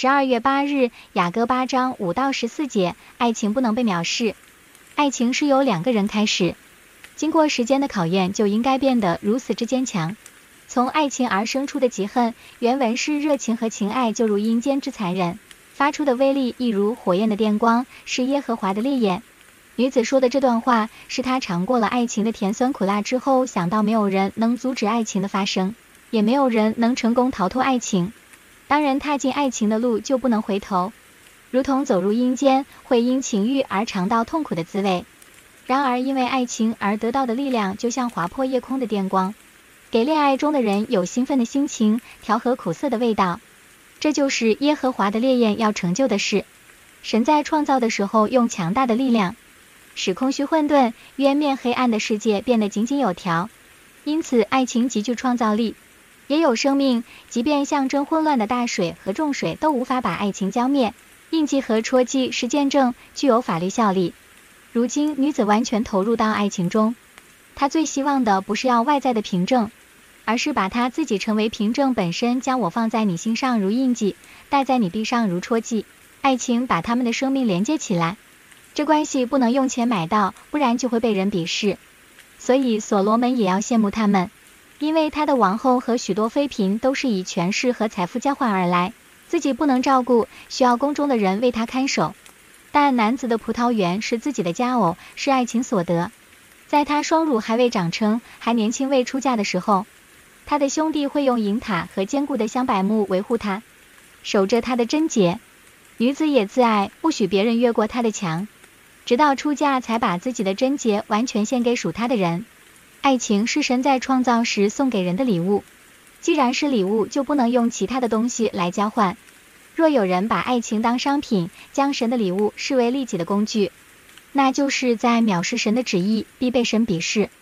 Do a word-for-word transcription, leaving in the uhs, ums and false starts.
十二月八日，雅歌八章五到十四节，爱情不能被藐视。爱情是由两个人开始，经过时间的考验，就应该变得如此之坚强。从爱情而生出的嫉恨，原文是热情和情爱就如阴间之残忍，发出的威力亦如火焰的电光，是耶和华的烈焰。女子说的这段话，是她尝过了爱情的甜酸苦辣之后，想到没有人能阻止爱情的发生，也没有人能成功逃脱爱情。当人踏进爱情的路，就不能回头，如同走入阴间，会因情欲而尝到痛苦的滋味。然而因为爱情而得到的力量，就像划破夜空的电光，给恋爱中的人有兴奋的心情，调和苦涩的味道。这就是耶和华的烈焰要成就的事。神在创造的时候，用强大的力量使空虚混沌、渊面黑暗的世界变得井井有条。因此爱情极具创造力，也有生命，即便象征混乱的大水和重水都无法把爱情浇灭。印记和戳记是见证，具有法律效力。如今女子完全投入到爱情中，她最希望的不是要外在的凭证，而是把她自己成为凭证本身，将我放在你心上如印记，戴在你臂上如戳记。爱情把他们的生命连接起来，这关系不能用钱买到，不然就会被人鄙视。所以所罗门也要羡慕他们，因为他的王后和许多妃嫔都是以权势和财富交换而来，自己不能照顾，需要宫中的人为他看守。但男子的葡萄园是自己的佳偶，是爱情所得。在他双乳还未长成，还年轻未出嫁的时候，他的兄弟会用银塔和坚固的香柏木维护他，守着他的贞洁。女子也自爱，不许别人越过他的墙，直到出嫁才把自己的贞洁完全献给属他的人。爱情是神在创造时送给人的礼物，既然是礼物，就不能用其他的东西来交换。若有人把爱情当商品，将神的礼物视为利己的工具，那就是在藐视神的旨意，必被神鄙视。